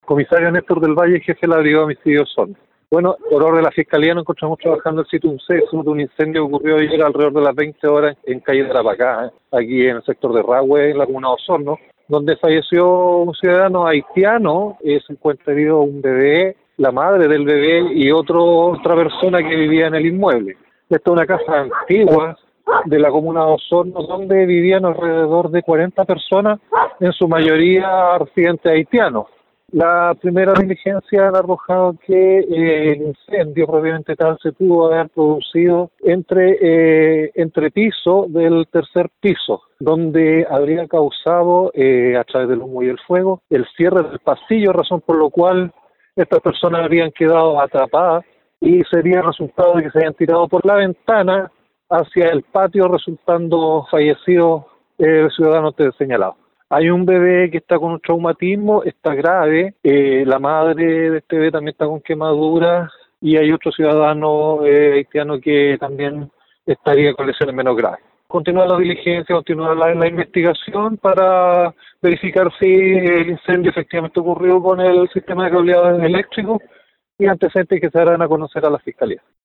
Comisario Néstor del Valle, jefe de la Brigada de Homicidios Osorno. Bueno, por orden de la Fiscalía nos encontramos trabajando el sitio de un suceso de un incendio que ocurrió ayer alrededor de las 20 horas en calle de Tarapacá, aquí en el sector de Rahue, en la comuna de Osorno, donde falleció un ciudadano haitiano, se encuentra herido un bebé, la madre del bebé y otra persona que vivía en el inmueble. Esta es una casa antigua de la comuna de Osorno, donde vivían alrededor de 40 personas, en su mayoría residentes haitianos. La primera diligencia han arrojado que el incendio propiamente tal se pudo haber producido entre piso del tercer piso, donde habría causado, a través del humo y el fuego, el cierre del pasillo, razón por la cual estas personas habrían quedado atrapadas y sería resultado de que se habían tirado por la ventana hacia el patio, resultando fallecidos ciudadanos señalados. Hay un bebé que está con un traumatismo, está grave, la madre de este bebé también está con quemaduras y hay otro ciudadano haitiano que también estaría con lesiones menos graves. Continúa la diligencia, continúa la investigación para verificar si el incendio efectivamente ocurrió con el sistema de cableado eléctrico y antecedentes que se darán a conocer a la Fiscalía.